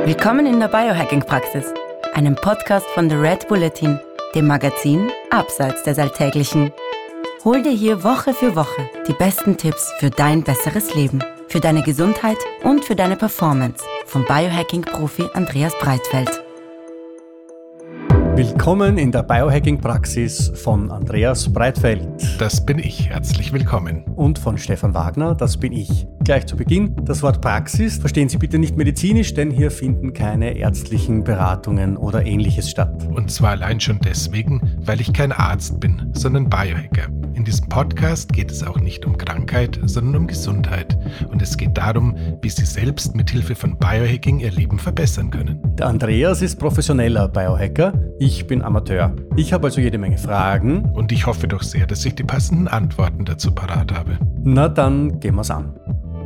Willkommen in der Biohacking-Praxis, einem Podcast von The Red Bulletin, dem Magazin Abseits des Alltäglichen. Hol dir hier Woche für Woche die besten Tipps für dein besseres Leben, für deine Gesundheit und für deine Performance vom Biohacking-Profi Andreas Breitfeld. Willkommen in der Biohacking-Praxis von Andreas Breitfeld. Das bin ich. Herzlich willkommen. Und von Stefan Wagner, das bin ich. Gleich zu Beginn, das Wort Praxis verstehen Sie bitte nicht medizinisch, denn hier finden keine ärztlichen Beratungen oder Ähnliches statt. Und zwar allein schon deswegen, weil ich kein Arzt bin, sondern Biohacker. In diesem Podcast geht es auch nicht um Krankheit, sondern um Gesundheit. Und es geht darum, wie Sie selbst mit Hilfe von Biohacking Ihr Leben verbessern können. Der Andreas ist professioneller Biohacker, ich bin Amateur. Ich habe also jede Menge Fragen. Und ich hoffe doch sehr, dass ich die passenden Antworten dazu parat habe. Na dann gehen wir's an.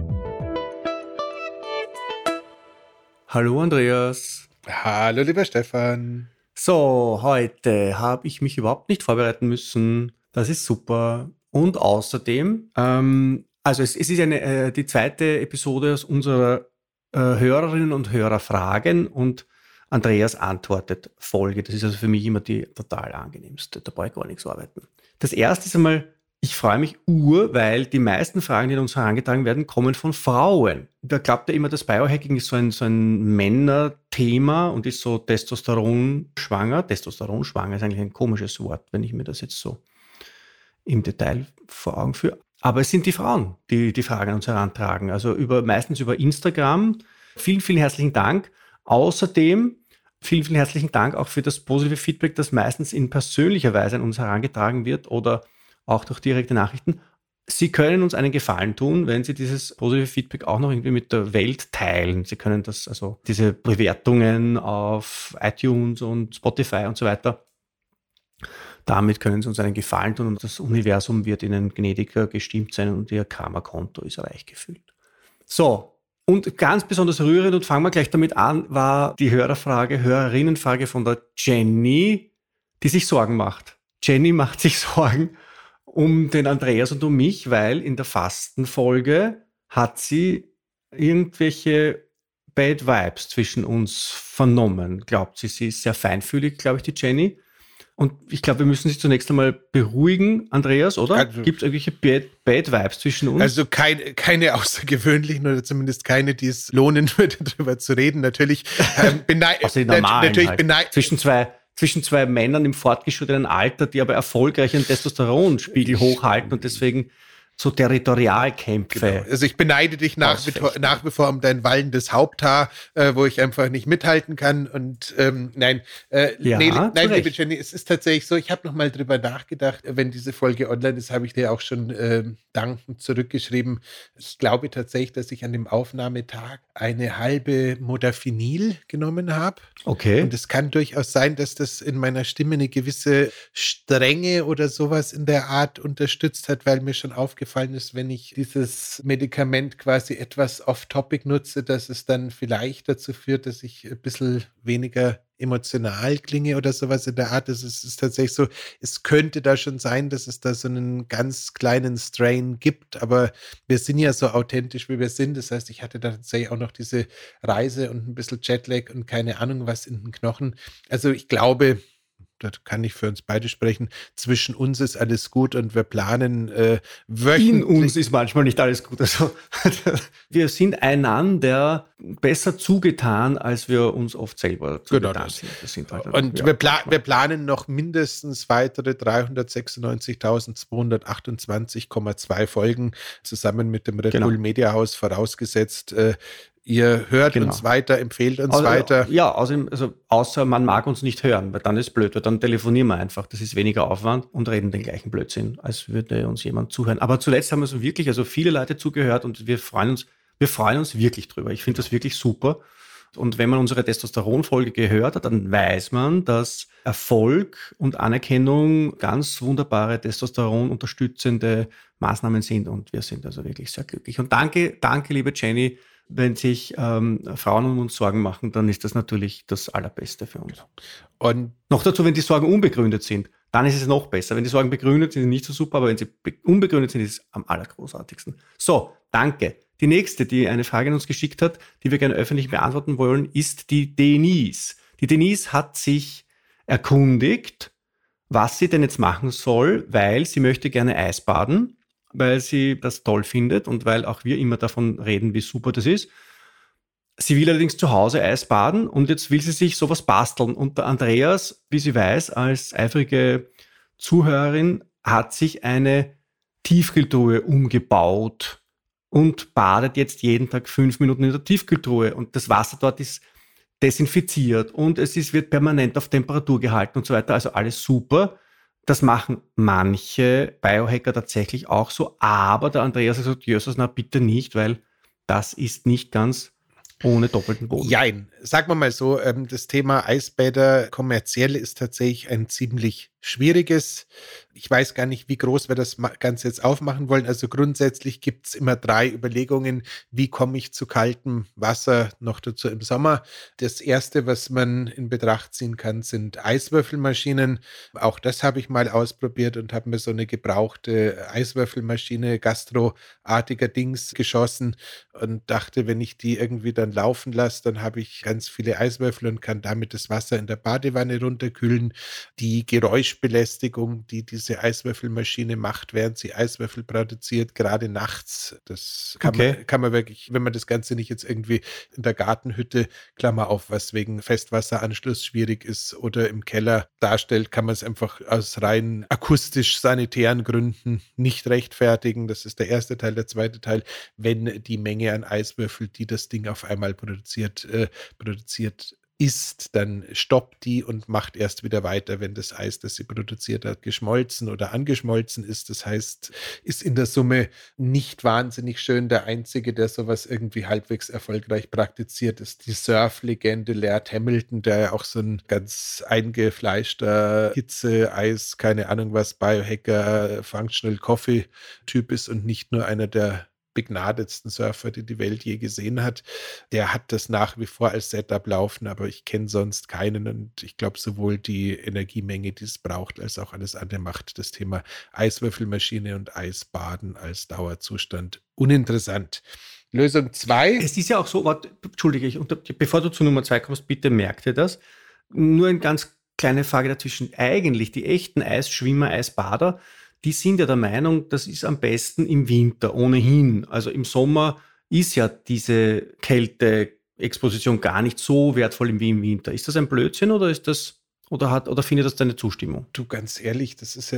Hallo Andreas. Hallo lieber Stefan. So, heute habe ich mich überhaupt nicht vorbereiten müssen. Das ist super. Und außerdem, also es ist ja die zweite Episode aus unserer Hörerinnen und Hörerfragen und Andreas antwortet Folge. Das ist also für mich immer die total angenehmste. Da brauche ich gar nichts arbeiten. Das erste ist einmal, ich freue mich weil die meisten Fragen, die an uns herangetragen werden, kommen von Frauen. Da glaubt ja immer, das Biohacking ist so ein Männerthema und ist so Testosteron-schwanger. Testosteron-schwanger ist eigentlich ein komisches Wort, wenn ich mir das jetzt so im Detail vor Augen führe. Aber es sind die Frauen, die die Fragen an uns herantragen. Also meistens über Instagram. Vielen, vielen herzlichen Dank. Außerdem vielen, vielen herzlichen Dank auch für das positive Feedback, das meistens in persönlicher Weise an uns herangetragen wird oder auch durch direkte Nachrichten. Sie können uns einen Gefallen tun, wenn Sie dieses positive Feedback auch noch irgendwie mit der Welt teilen. Sie können das, also diese Bewertungen auf iTunes und Spotify und so weiter. Damit können Sie uns einen Gefallen tun und das Universum wird Ihnen gnädiger gestimmt sein und Ihr Karma-Konto ist reich gefüllt. So, und ganz besonders rührend, und fangen wir gleich damit an, war die Hörerinnenfrage von der Jenny, die sich Sorgen macht. Jenny macht sich Sorgen um den Andreas und um mich, weil in der Fastenfolge hat sie irgendwelche Bad Vibes zwischen uns vernommen. Glaubt sie, sie ist sehr feinfühlig, glaube ich, die Jenny. Und ich glaube, wir müssen sich zunächst einmal beruhigen, Andreas, oder? Also, gibt es irgendwelche Bad Vibes zwischen uns? Also keine außergewöhnlichen oder zumindest keine, die es lohnen würde, darüber zu reden. Natürlich zwischen zwei Männern im fortgeschrittenen Alter, die aber erfolgreich einen Testosteronspiegel hochhalten und deswegen so Territorialkämpfe. Genau. Also ich beneide dich nach wie vor um dein wallendes Haupthaar, wo ich einfach nicht mithalten kann. Und nein, liebe Jenny, es ist tatsächlich so, ich habe nochmal drüber nachgedacht, wenn diese Folge online ist, habe ich dir auch schon dankend zurückgeschrieben. Ich glaube tatsächlich, dass ich an dem Aufnahmetag eine halbe Modafinil genommen habe. Okay. Und es kann durchaus sein, dass das in meiner Stimme eine gewisse Strenge oder sowas in der Art unterstützt hat, weil mir schon aufgefallen ist, wenn ich dieses Medikament quasi etwas off-topic nutze, dass es dann vielleicht dazu führt, dass ich ein bisschen weniger emotional klinge oder sowas in der Art. Es ist tatsächlich so, es könnte da schon sein, dass es da so einen ganz kleinen Strain gibt, aber wir sind ja so authentisch, wie wir sind. Das heißt, ich hatte da tatsächlich auch noch diese Reise und ein bisschen Jetlag und keine Ahnung was in den Knochen. Also ich glaube, da kann ich für uns beide sprechen, zwischen uns ist alles gut und wir planen wöchentlich. In uns ist manchmal nicht alles gut. Also wir sind einander besser zugetan, als wir uns oft selber zugetan sind. Das sind halt und wir planen noch mindestens weitere 396.228,2 Folgen zusammen mit dem Red Bull Media House, vorausgesetzt, ihr hört uns weiter, empfehlt uns weiter. Ja, außer man mag uns nicht hören, weil dann ist blöd, weil dann telefonieren wir einfach. Das ist weniger Aufwand und reden den gleichen Blödsinn, als würde uns jemand zuhören. Aber zuletzt haben wir so wirklich, viele Leute zugehört und wir freuen uns wirklich drüber. Ich finde das wirklich super. Und wenn man unsere Testosteron-Folge gehört hat, dann weiß man, dass Erfolg und Anerkennung ganz wunderbare Testosteron-unterstützende Maßnahmen sind und wir sind also wirklich sehr glücklich. Und danke, liebe Jenny. Wenn sich Frauen um uns Sorgen machen, dann ist das natürlich das Allerbeste für uns. Und noch dazu, wenn die Sorgen unbegründet sind, dann ist es noch besser. Wenn die Sorgen begründet sind, sind nicht so super, aber wenn sie unbegründet sind, ist es am allergroßartigsten. So, danke. Die nächste, die eine Frage an uns geschickt hat, die wir gerne öffentlich beantworten wollen, ist die Denise. Die Denise hat sich erkundigt, was sie denn jetzt machen soll, weil sie möchte gerne Eisbaden, weil sie das toll findet und weil auch wir immer davon reden, wie super das ist. Sie will allerdings zu Hause Eisbaden und jetzt will sie sich sowas basteln. Und der Andreas, wie sie weiß, als eifrige Zuhörerin, hat sich eine Tiefkühltruhe umgebaut und badet jetzt jeden Tag 5 Minuten in der Tiefkühltruhe. Und das Wasser dort ist desinfiziert und wird permanent auf Temperatur gehalten und so weiter. Also alles super. Das machen manche Biohacker tatsächlich auch so. Aber der Andreas hat gesagt, Jesus, na bitte nicht, weil das ist nicht ganz ohne doppelten Boden. Jein. Sagen wir mal so, das Thema Eisbäder kommerziell ist tatsächlich ein ziemlich schwieriges. Ich weiß gar nicht, wie groß wir das Ganze jetzt aufmachen wollen. Also grundsätzlich gibt es immer 3 Überlegungen, wie komme ich zu kaltem Wasser, noch dazu im Sommer. Das erste, was man in Betracht ziehen kann, sind Eiswürfelmaschinen. Auch das habe ich mal ausprobiert und habe mir so eine gebrauchte Eiswürfelmaschine, gastroartiger Dings, geschossen und dachte, wenn ich die irgendwie dann laufen lasse, dann habe ich ganz viele Eiswürfel und kann damit das Wasser in der Badewanne runterkühlen. Die Geräuschbelästigung, die diese Eiswürfelmaschine macht, während sie Eiswürfel produziert, gerade nachts, das kann man wirklich, wenn man das Ganze nicht jetzt irgendwie in der Gartenhütte, Klammer auf, was wegen Festwasseranschluss schwierig ist, oder im Keller darstellt, kann man es einfach aus rein akustisch-sanitären Gründen nicht rechtfertigen. Das ist der erste Teil. Der zweite Teil, wenn die Menge an Eiswürfel, die das Ding auf einmal produziert ist, dann stoppt die und macht erst wieder weiter, wenn das Eis, das sie produziert hat, geschmolzen oder angeschmolzen ist. Das heißt, ist in der Summe nicht wahnsinnig schön. Der Einzige, der sowas irgendwie halbwegs erfolgreich praktiziert, ist die Surf-Legende Laird Hamilton, der ja auch so ein ganz eingefleischter Hitze-Eis, keine Ahnung was, Biohacker, Functional Coffee-Typ ist und nicht nur einer der begnadetsten Surfer, die die Welt je gesehen hat. Der hat das nach wie vor als Setup laufen, aber ich kenne sonst keinen und ich glaube, sowohl die Energiemenge, die es braucht, als auch alles andere macht das Thema Eiswürfelmaschine und Eisbaden als Dauerzustand uninteressant. Lösung 2. Es ist ja auch so, Entschuldige, bevor du zu Nummer 2 kommst, bitte merk dir das. Nur eine ganz kleine Frage dazwischen. Eigentlich die echten Eisschwimmer, Eisbader, die sind ja der Meinung, das ist am besten im Winter ohnehin. Also im Sommer ist ja diese Kälteexposition gar nicht so wertvoll wie im Winter. Ist das ein Blödsinn oder ist das oder findet das deine Zustimmung? Du, ganz ehrlich, das ist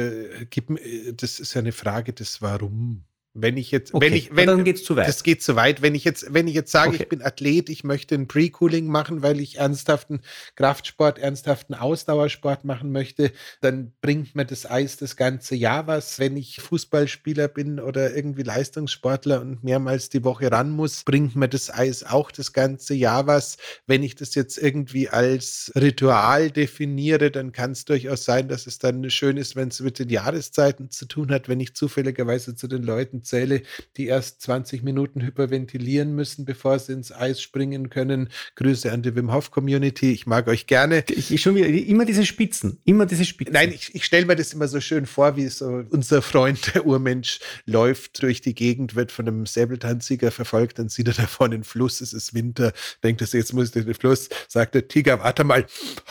ja eine Frage des Warum. Dann geht's zu weit. Das geht zu weit. Wenn ich jetzt sage, Ich bin Athlet, ich möchte ein Pre-Cooling machen, weil ich ernsthaften Kraftsport, ernsthaften Ausdauersport machen möchte, dann bringt mir das Eis das ganze Jahr was. Wenn ich Fußballspieler bin oder irgendwie Leistungssportler und mehrmals die Woche ran muss, bringt mir das Eis auch das ganze Jahr was. Wenn ich das jetzt irgendwie als Ritual definiere, dann kann es durchaus sein, dass es dann schön ist, wenn es mit den Jahreszeiten zu tun hat, wenn ich zufälligerweise zu den Leuten zähle, die erst 20 Minuten hyperventilieren müssen, bevor sie ins Eis springen können. Grüße an die Wim Hof Community. Ich mag euch gerne. Immer diese Spitzen. Nein, ich stelle mir das immer so schön vor, wie so unser Freund, der Urmensch, läuft durch die Gegend, wird von einem Säbeltanzsieger verfolgt, dann sieht er da vorne einen Fluss, es ist Winter, denkt er, jetzt muss ich durch den Fluss, sagt der Tiger, warte mal.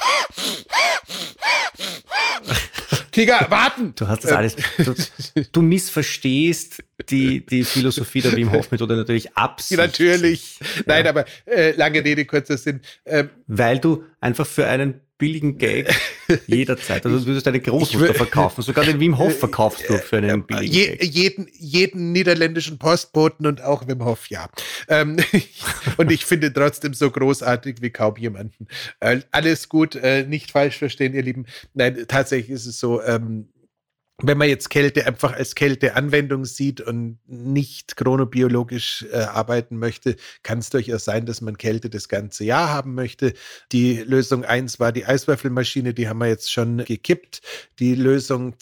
Tiger, warten! Du hast das alles. Du missverstehst die Philosophie der Wim Hof Methode natürlich absichtlich. Natürlich. Nein, aber lange Rede, kurzer Sinn. Weil du einfach für einen billigen Gag jederzeit, also du würdest deine Großmutter verkaufen, sogar den Wim Hof verkaufst du für einen billigen Gag. Jeden niederländischen Postboten und auch Wim Hof, ja. Und ich finde trotzdem so großartig wie kaum jemanden. Alles gut, nicht falsch verstehen, ihr Lieben. Nein, tatsächlich ist es so, wenn man jetzt Kälte einfach als Kälteanwendung sieht und nicht chronobiologisch arbeiten möchte, kann es durchaus sein, dass man Kälte das ganze Jahr haben möchte. Die Lösung 1 war die Eiswürfelmaschine, die haben wir jetzt schon gekippt. Die Lösung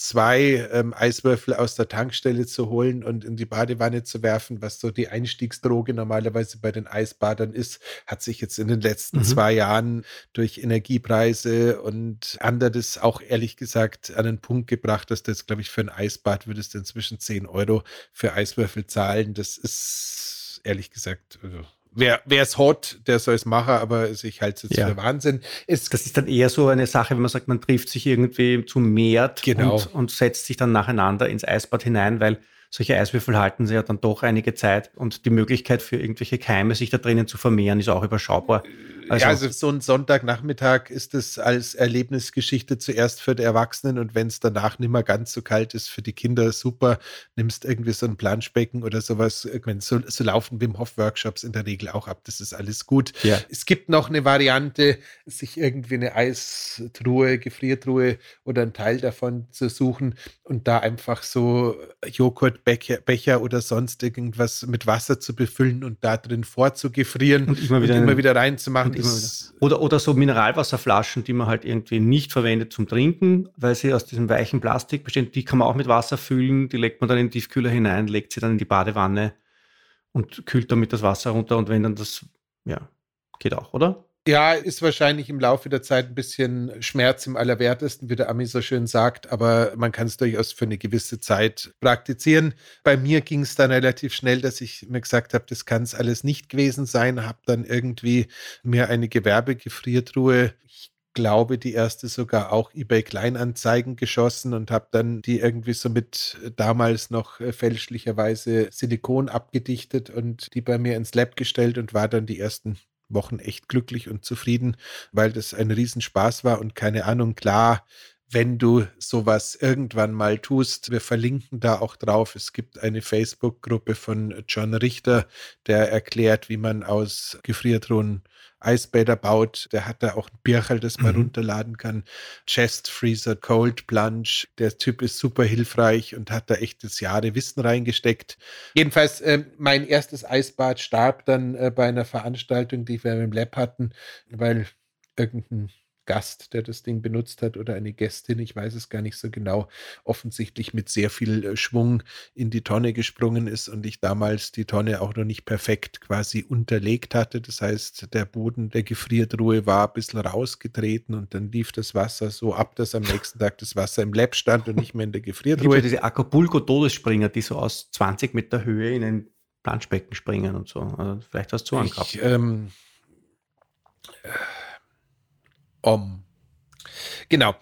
2, Eiswürfel aus der Tankstelle zu holen und in die Badewanne zu werfen, was so die Einstiegsdroge normalerweise bei den Eisbadern ist, hat sich jetzt in den letzten 2 Jahren durch Energiepreise und anderes auch ehrlich gesagt an den Punkt gebracht, dass das, glaube ich, für ein Eisbad würdest du inzwischen 10 € für Eiswürfel zahlen. Das ist, ehrlich gesagt, also, wer es hat, der soll es machen, aber also ich halte es jetzt für Wahnsinn. Das ist dann eher so eine Sache, wenn man sagt, man trifft sich irgendwie zu Mehrt und setzt sich dann nacheinander ins Eisbad hinein, weil solche Eiswürfel halten sie ja dann doch einige Zeit und die Möglichkeit für irgendwelche Keime, sich da drinnen zu vermehren, ist auch überschaubar. Also so ein Sonntagnachmittag ist es als Erlebnisgeschichte zuerst für die Erwachsenen und wenn es danach nicht mehr ganz so kalt ist, für die Kinder super, nimmst irgendwie so ein Planschbecken oder sowas. So laufen Wim Hof Workshops in der Regel auch ab, das ist alles gut. Ja. Es gibt noch eine Variante, sich irgendwie eine Eistruhe, Gefriertruhe oder einen Teil davon zu suchen und da einfach so Joghurtbecher oder sonst irgendwas mit Wasser zu befüllen und da drin vorzugefrieren und immer wieder reinzumachen. Oder so Mineralwasserflaschen, die man halt irgendwie nicht verwendet zum Trinken, weil sie aus diesem weichen Plastik bestehen. Die kann man auch mit Wasser füllen, die legt man dann in den Tiefkühler hinein, legt sie dann in die Badewanne und kühlt damit das Wasser runter. Und wenn dann das, geht auch, oder? Ja, ist wahrscheinlich im Laufe der Zeit ein bisschen Schmerz im Allerwertesten, wie der Ami so schön sagt, aber man kann es durchaus für eine gewisse Zeit praktizieren. Bei mir ging es dann relativ schnell, dass ich mir gesagt habe, das kann es alles nicht gewesen sein, habe dann irgendwie mir eine Gewerbegefriertruhe, ich glaube, die erste sogar auch eBay Kleinanzeigen geschossen und habe dann die irgendwie so mit damals noch fälschlicherweise Silikon abgedichtet und die bei mir ins Lab gestellt und war dann die ersten Wochen echt glücklich und zufrieden, weil das ein Riesenspaß war und keine Ahnung, klar, wenn du sowas irgendwann mal tust, wir verlinken da auch drauf, es gibt eine Facebook-Gruppe von John Richter, der erklärt, wie man aus Gefriertruhen Eisbäder baut. Der hat da auch ein Bircherl, das man runterladen kann. Chest Freezer, Cold Plunge. Der Typ ist super hilfreich und hat da echtes Jahre Wissen reingesteckt. Jedenfalls, mein erstes Eisbad starb dann bei einer Veranstaltung, die wir im Lab hatten, weil irgendein Gast, der das Ding benutzt hat oder eine Gästin, ich weiß es gar nicht so genau, offensichtlich mit sehr viel Schwung in die Tonne gesprungen ist und ich damals die Tonne auch noch nicht perfekt quasi unterlegt hatte. Das heißt, der Boden der Gefriertruhe war ein bisschen rausgetreten und dann lief das Wasser so ab, dass am nächsten Tag das Wasser im Lab stand und nicht mehr in der Gefriertruhe. Es gibt ja diese Acapulco-Todesspringer, die so aus 20 Meter Höhe in ein Planschbecken springen und so. Also vielleicht hast du angehabt. Genau.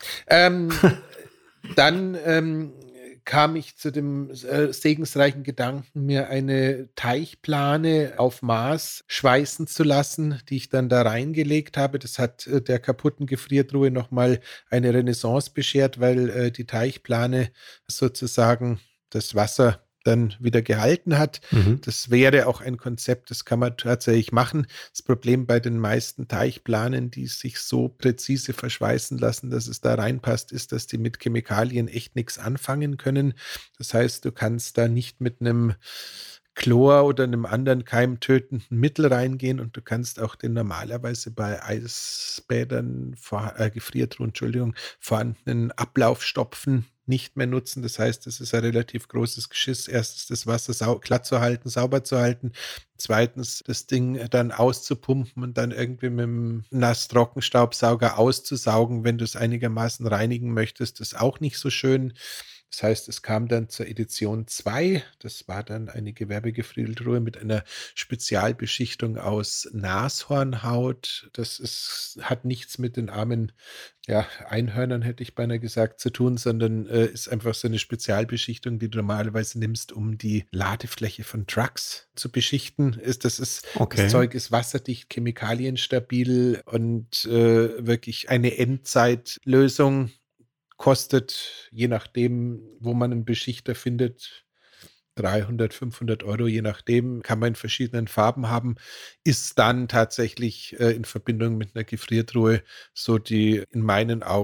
Dann kam ich zu dem segensreichen Gedanken, mir eine Teichplane auf Maß schweißen zu lassen, die ich dann da reingelegt habe. Das hat der kaputten Gefriertruhe nochmal eine Renaissance beschert, weil die Teichplane sozusagen das Wasser dann wieder gehalten hat. Das wäre auch ein Konzept, das kann man tatsächlich machen. Das Problem bei den meisten Teichplanen, die sich so präzise verschweißen lassen, dass es da reinpasst, ist, dass die mit Chemikalien echt nichts anfangen können. Das heißt, du kannst da nicht mit einem Chlor oder einem anderen keimtötenden Mittel reingehen und du kannst auch den normalerweise bei Eisbädern, Gefriertruhen, vorhandenen Ablaufstopfen nicht mehr nutzen. Das heißt, es ist ein relativ großes Geschiss. Erstens das Wasser glatt zu halten, sauber zu halten. Zweitens das Ding dann auszupumpen und dann irgendwie mit dem Nass-Trockenstaubsauger auszusaugen, wenn du es einigermaßen reinigen möchtest. Das ist auch nicht so schön. Das heißt, es kam dann zur Edition 2. Das war dann eine Gewerbegefriertruhe mit einer Spezialbeschichtung aus Nashornhaut. Hat nichts mit den armen Einhörnern, hätte ich beinahe gesagt, zu tun, sondern ist einfach so eine Spezialbeschichtung, die du normalerweise nimmst, um die Ladefläche von Trucks zu beschichten. Das Zeug ist wasserdicht, chemikalienstabil und wirklich eine Endzeitlösung. Kostet, je nachdem, wo man einen Beschichter findet, 300, 500 €, je nachdem, kann man in verschiedenen Farben haben, ist dann tatsächlich in Verbindung mit einer Gefriertruhe so die in meinen Augen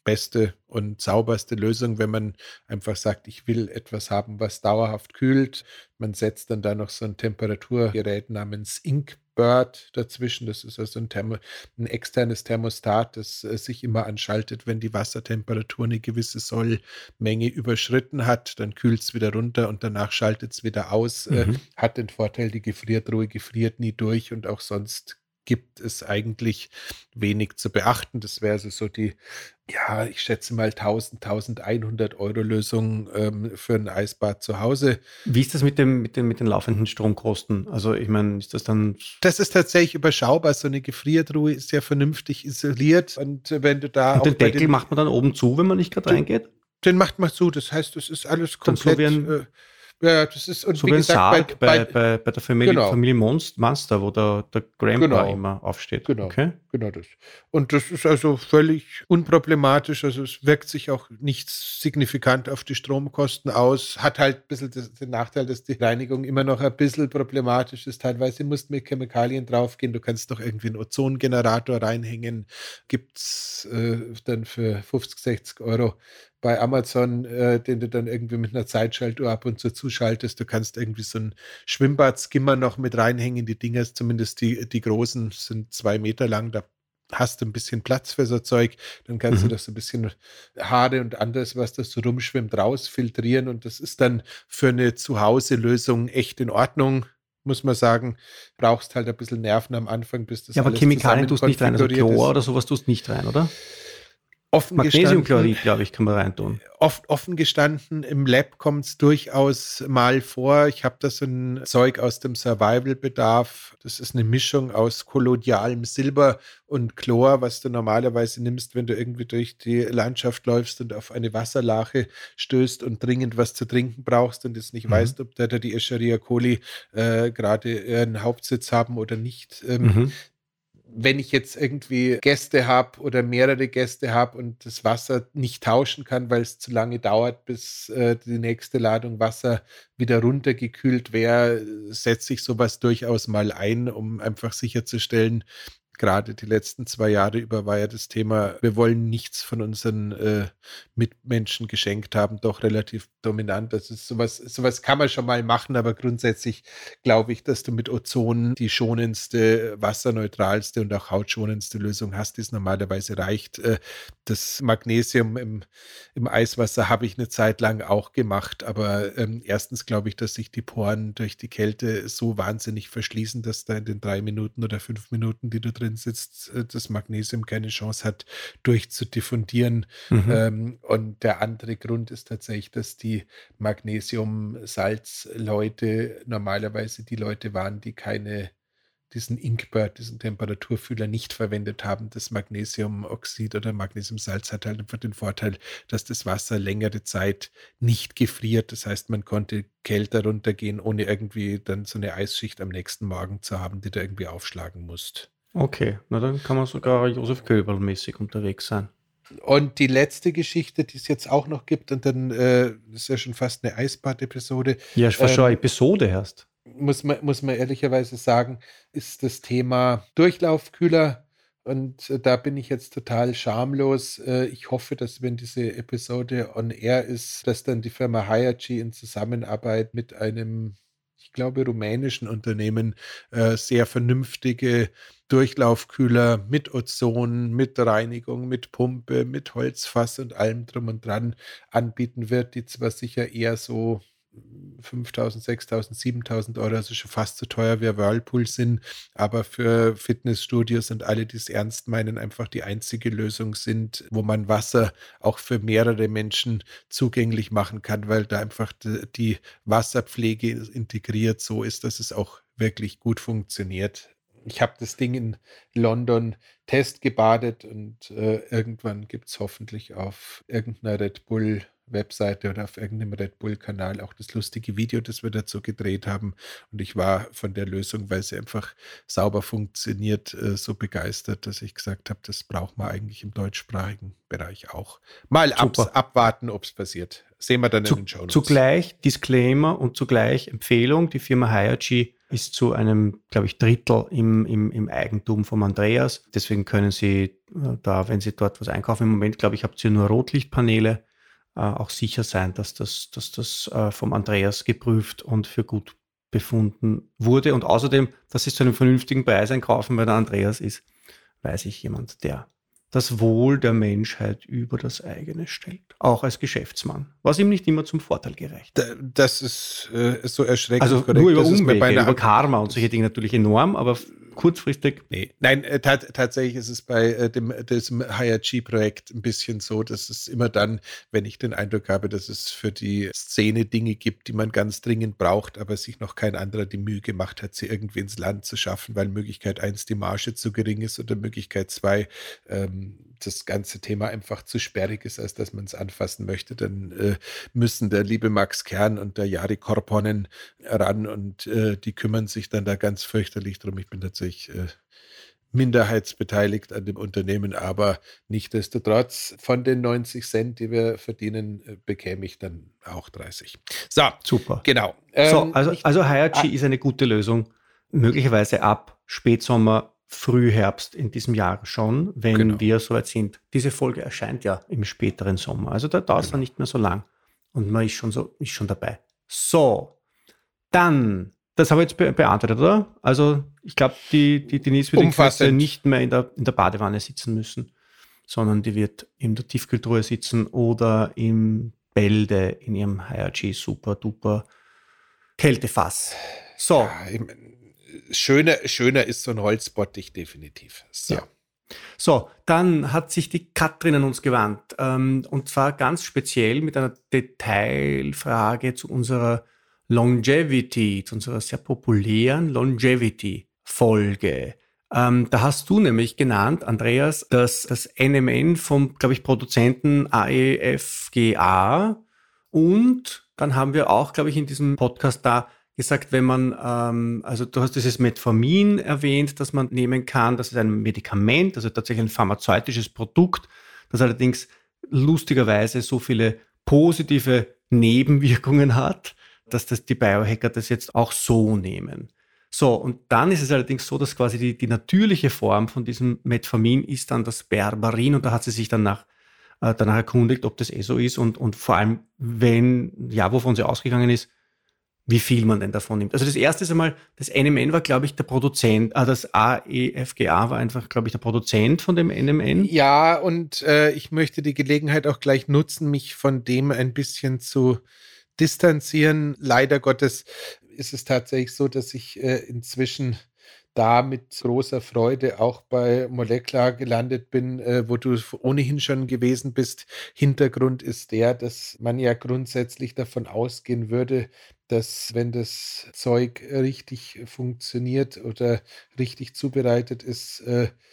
beste und sauberste Lösung, wenn man einfach sagt, ich will etwas haben, was dauerhaft kühlt. Man setzt dann da noch so ein Temperaturgerät namens Inkbird dazwischen. Das ist also ein externes Thermostat, das sich immer anschaltet, wenn die Wassertemperatur eine gewisse Sollmenge überschritten hat. Dann kühlt es wieder runter und danach schaltet es wieder aus. Hat den Vorteil, die Gefriertruhe gefriert nie durch und auch sonst gibt es eigentlich wenig zu beachten. Das wäre also so die, ja, ich schätze mal 1.100 Euro Lösung für ein Eisbad zu Hause. Wie ist das mit den laufenden Stromkosten? Also ich meine, ist das dann... Das ist tatsächlich überschaubar. So eine Gefriertruhe ist ja vernünftig isoliert. Und wenn du da... Und den Deckel macht man dann oben zu, wenn man nicht gerade reingeht? Den macht man zu. Das heißt, das ist alles komplett... Ja, das ist, und so wie gesagt, bei der Familie Monster, wo der Grandpa immer aufsteht. Genau das. Und das ist also völlig unproblematisch. Also es wirkt sich auch nicht signifikant auf die Stromkosten aus. Hat halt ein bisschen den Nachteil, dass die Reinigung immer noch ein bisschen problematisch ist. Teilweise musst du mit Chemikalien draufgehen. Du kannst doch irgendwie einen Ozongenerator reinhängen. Gibt es dann für 50, 60 Euro bei Amazon, den du dann irgendwie mit einer Zeitschaltuhr ab und zu zuschaltest. Du kannst irgendwie so einen Schwimmbadskimmer noch mit reinhängen. Die Dinger, zumindest die großen, sind 2 Meter lang. Da hast du ein bisschen Platz für so Zeug. Dann kannst du das so ein bisschen Haare und anderes, was da so rumschwimmt, rausfiltrieren. Und das ist dann für eine Zuhause-Lösung echt in Ordnung, muss man sagen. Brauchst halt ein bisschen Nerven am Anfang, bis das alles aber Chemikalien tust du nicht rein, also Chlor oder sowas tust du nicht rein, oder? Magnesiumchlorid, glaube ich, kann man reintun. Offen gestanden, im Lab kommt es durchaus mal vor. Ich habe da so ein Zeug aus dem Survival-Bedarf. Das ist eine Mischung aus kolloidalem Silber und Chlor, was du normalerweise nimmst, wenn du irgendwie durch die Landschaft läufst und auf eine Wasserlache stößt und dringend was zu trinken brauchst und jetzt nicht weißt, ob da die Escherichia coli gerade ihren Hauptsitz haben oder nicht. Wenn ich jetzt irgendwie Gäste habe oder mehrere Gäste habe und das Wasser nicht tauschen kann, weil es zu lange dauert, bis die nächste Ladung Wasser wieder runtergekühlt wäre, setze ich sowas durchaus mal ein, um einfach sicherzustellen, gerade die letzten 2 Jahre über war ja das Thema, wir wollen nichts von unseren Mitmenschen geschenkt haben, doch relativ dominant. Das ist sowas kann man schon mal machen, aber grundsätzlich glaube ich, dass du mit Ozon die schonendste, wasserneutralste und auch hautschonendste Lösung hast, die es normalerweise reicht. Das Magnesium im Eiswasser habe ich eine Zeit lang auch gemacht, aber erstens glaube ich, dass sich die Poren durch die Kälte so wahnsinnig verschließen, dass da in den 3 Minuten oder 5 Minuten, die du drin sitzt, das Magnesium keine Chance hat, durchzudiffundieren. Und der andere Grund ist tatsächlich, dass die Magnesium-Salz-Leute normalerweise die Leute waren, die diesen Inkbird, diesen Temperaturfühler nicht verwendet haben. Das Magnesiumoxid oder Magnesiumsalz hat halt einfach den Vorteil, dass das Wasser längere Zeit nicht gefriert. Das heißt, man konnte kälter runtergehen, ohne irgendwie dann so eine Eisschicht am nächsten Morgen zu haben, die du irgendwie aufschlagen musst. Okay, na dann kann man sogar Josef Köberl-mäßig unterwegs sein. Und die letzte Geschichte, die es jetzt auch noch gibt, und dann ist ja schon fast eine Eisbad-Episode. Ja, fast schon eine Episode erst. Muss man ehrlicherweise sagen, ist das Thema Durchlaufkühler. Und da bin ich jetzt total schamlos. Ich hoffe, dass, wenn diese Episode on air ist, dass dann die Firma Hyachi in Zusammenarbeit mit einem, ich glaube, rumänischen Unternehmen sehr vernünftige Durchlaufkühler mit Ozon, mit Reinigung, mit Pumpe, mit Holzfass und allem drum und dran anbieten wird, die zwar sicher eher so 5.000, 6.000, 7.000 Euro, also schon fast so teuer wie Whirlpool sind, aber für Fitnessstudios und alle, die es ernst meinen, einfach die einzige Lösung sind, wo man Wasser auch für mehrere Menschen zugänglich machen kann, weil da einfach die Wasserpflege integriert so ist, dass es auch wirklich gut funktioniert. Ich habe das Ding in London testgebadet und irgendwann gibt es hoffentlich auf irgendeiner Red Bull Webseite oder auf irgendeinem Red Bull-Kanal auch das lustige Video, das wir dazu gedreht haben. Und ich war von der Lösung, weil sie einfach sauber funktioniert, so begeistert, dass ich gesagt habe, das braucht man eigentlich im deutschsprachigen Bereich auch. Mal abwarten, ob es passiert. Sehen wir dann in den Shownotes. Zugleich Disclaimer und zugleich Empfehlung. Die Firma Hyachi ist zu einem, glaube ich, Drittel im Eigentum von Andreas. Deswegen können Sie da, wenn Sie dort was einkaufen, im Moment, glaube ich, habt ihr nur Rotlichtpaneele, auch sicher sein, dass das vom Andreas geprüft und für gut befunden wurde. Und außerdem, dass Sie es zu einem vernünftigen Preis einkaufen, weil der Andreas ist, weiß ich, jemand, der das Wohl der Menschheit über das eigene stellt. Auch als Geschäftsmann. Was ihm nicht immer zum Vorteil gereicht. Das ist so erschreckend Also korrekt. nur über Das ist mir Umwege, über Karma und solche Dinge natürlich enorm, aber kurzfristig. Nein, tatsächlich ist es bei diesem HRG-Projekt ein bisschen so, dass es immer dann, wenn ich den Eindruck habe, dass es für die Szene Dinge gibt, die man ganz dringend braucht, aber sich noch kein anderer die Mühe gemacht hat, sie irgendwie ins Land zu schaffen, weil Möglichkeit 1 die Marge zu gering ist oder Möglichkeit 2 das ganze Thema einfach zu sperrig ist, als dass man es anfassen möchte, dann müssen der liebe Max Kern und der Jari Korponen ran und die kümmern sich dann da ganz fürchterlich drum. Ich bin tatsächlich minderheitsbeteiligt an dem Unternehmen, aber nichtsdestotrotz von den 90 Cent, die wir verdienen, bekäme ich dann auch 30. So, super. Genau. Also HRG ist eine gute Lösung, möglicherweise ab Spätsommer, Frühherbst in diesem Jahr schon, wenn wir soweit sind. Diese Folge erscheint ja im späteren Sommer, also da dauert es dann nicht mehr so lang und man ist schon dabei. So, dann, das habe ich jetzt beantwortet, oder? Also ich glaube, die Denise wird in Kürze nicht mehr in der Badewanne sitzen müssen, sondern die wird in der Tiefkühltruhe sitzen oder im Bälde in ihrem HRG super duper Kältefass. So. Ja, schöner ist so ein Holzbottich definitiv. So. Ja. So, dann hat sich die Katrin an uns gewandt und zwar ganz speziell mit einer Detailfrage zu unserer Longevity, zu unserer sehr populären Longevity-Folge. Da hast du nämlich genannt, Andreas, das NMN vom, glaube ich, Produzenten AEFGA und dann haben wir auch, glaube ich, in diesem Podcast da gesagt, wenn man, also du hast dieses Metformin erwähnt, das man nehmen kann, das ist ein Medikament, also tatsächlich ein pharmazeutisches Produkt, das allerdings lustigerweise so viele positive Nebenwirkungen hat, dass die Biohacker das jetzt auch so nehmen. So, und dann ist es allerdings so, dass quasi die natürliche Form von diesem Metformin ist dann das Berberin und da hat sie sich danach erkundigt, ob das so ist und vor allem, wovon sie ausgegangen ist, wie viel man denn davon nimmt. Also das erste ist einmal, das NMN war, glaube ich, der Produzent, das AEFGA war einfach, glaube ich, der Produzent von dem NMN. Ja, und ich möchte die Gelegenheit auch gleich nutzen, mich von dem ein bisschen zu distanzieren. Leider Gottes ist es tatsächlich so, dass ich inzwischen da mit großer Freude auch bei Molecular gelandet bin, wo du ohnehin schon gewesen bist. Hintergrund ist der, dass man ja grundsätzlich davon ausgehen würde, dass wenn das Zeug richtig funktioniert oder richtig zubereitet ist,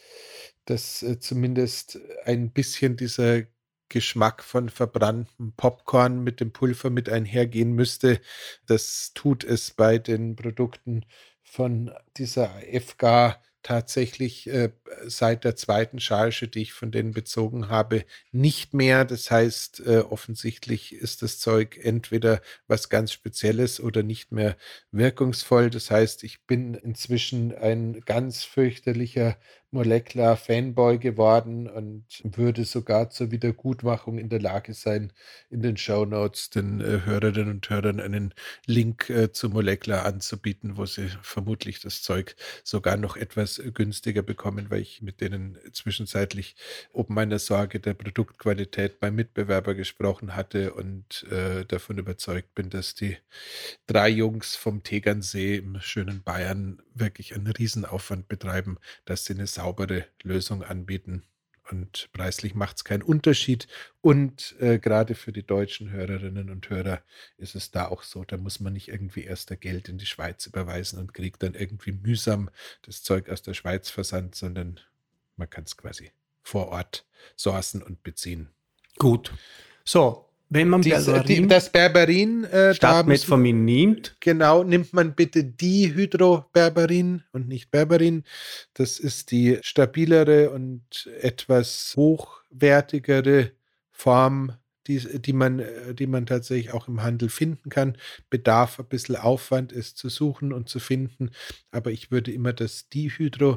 dass zumindest ein bisschen dieser Geschmack von verbranntem Popcorn mit dem Pulver mit einhergehen müsste. Das tut es bei den Produkten von dieser FGA tatsächlich seit der zweiten Charge, die ich von denen bezogen habe, nicht mehr. Das heißt, offensichtlich ist das Zeug entweder was ganz Spezielles oder nicht mehr wirkungsvoll. Das heißt, ich bin inzwischen ein ganz fürchterlicher Molecular-Fanboy geworden und würde sogar zur Wiedergutmachung in der Lage sein, in den Shownotes den Hörerinnen und Hörern einen Link zu Molecular anzubieten, wo sie vermutlich das Zeug sogar noch etwas günstiger bekommen, weil ich mit denen zwischenzeitlich ob meiner Sorge der Produktqualität beim Mitbewerber gesprochen hatte und davon überzeugt bin, dass die 3 Jungs vom Tegernsee im schönen Bayern wirklich einen Riesenaufwand betreiben, dass sie eine saubere Lösung anbieten. Und preislich macht es keinen Unterschied. Und gerade für die deutschen Hörerinnen und Hörer ist es da auch so, da muss man nicht irgendwie erst Geld in die Schweiz überweisen und kriegt dann irgendwie mühsam das Zeug aus der Schweiz versandt, sondern man kann es quasi vor Ort sourcen und beziehen. Gut. So, wenn man das Berberin statt Metformin nimmt. Genau, nimmt man bitte Dihydroberberin und nicht Berberin. Das ist die stabilere und etwas hochwertigere Form, die man tatsächlich auch im Handel finden kann. Bedarf ein bisschen Aufwand, es zu suchen und zu finden. Aber ich würde immer das Dihydro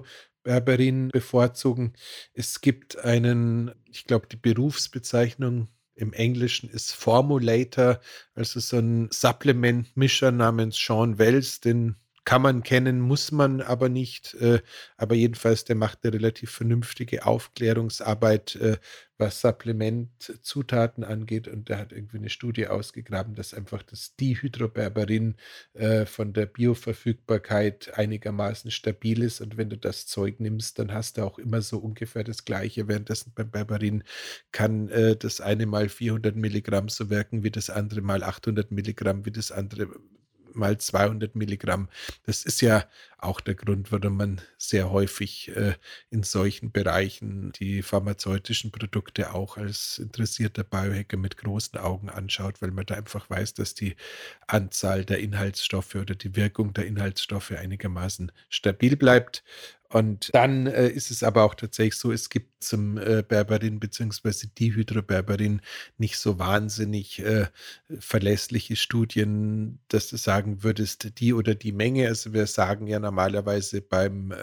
Berberin bevorzugen. Es gibt ich glaube, die Berufsbezeichnung im Englischen ist Formulator, also so ein Supplement-Mischer namens Sean Wells, den kann man kennen, muss man aber nicht. Aber jedenfalls, der macht eine relativ vernünftige Aufklärungsarbeit, was Supplementzutaten angeht. Und der hat irgendwie eine Studie ausgegraben, dass einfach das Dihydroberberin von der Bioverfügbarkeit einigermaßen stabil ist. Und wenn du das Zeug nimmst, dann hast du auch immer so ungefähr das Gleiche. Währenddessen beim Berberin kann das eine mal 400 Milligramm so wirken wie das andere mal 800 Milligramm, wie das andere mal 200 Milligramm. Das ist ja auch der Grund, warum man sehr häufig in solchen Bereichen die pharmazeutischen Produkte auch als interessierter Biohacker mit großen Augen anschaut, weil man da einfach weiß, dass die Anzahl der Inhaltsstoffe oder die Wirkung der Inhaltsstoffe einigermaßen stabil bleibt. Und dann ist es aber auch tatsächlich so, es gibt zum Berberin bzw. Dihydroberberin nicht so wahnsinnig verlässliche Studien, dass du sagen würdest, die oder die Menge. Also wir sagen ja normalerweise beim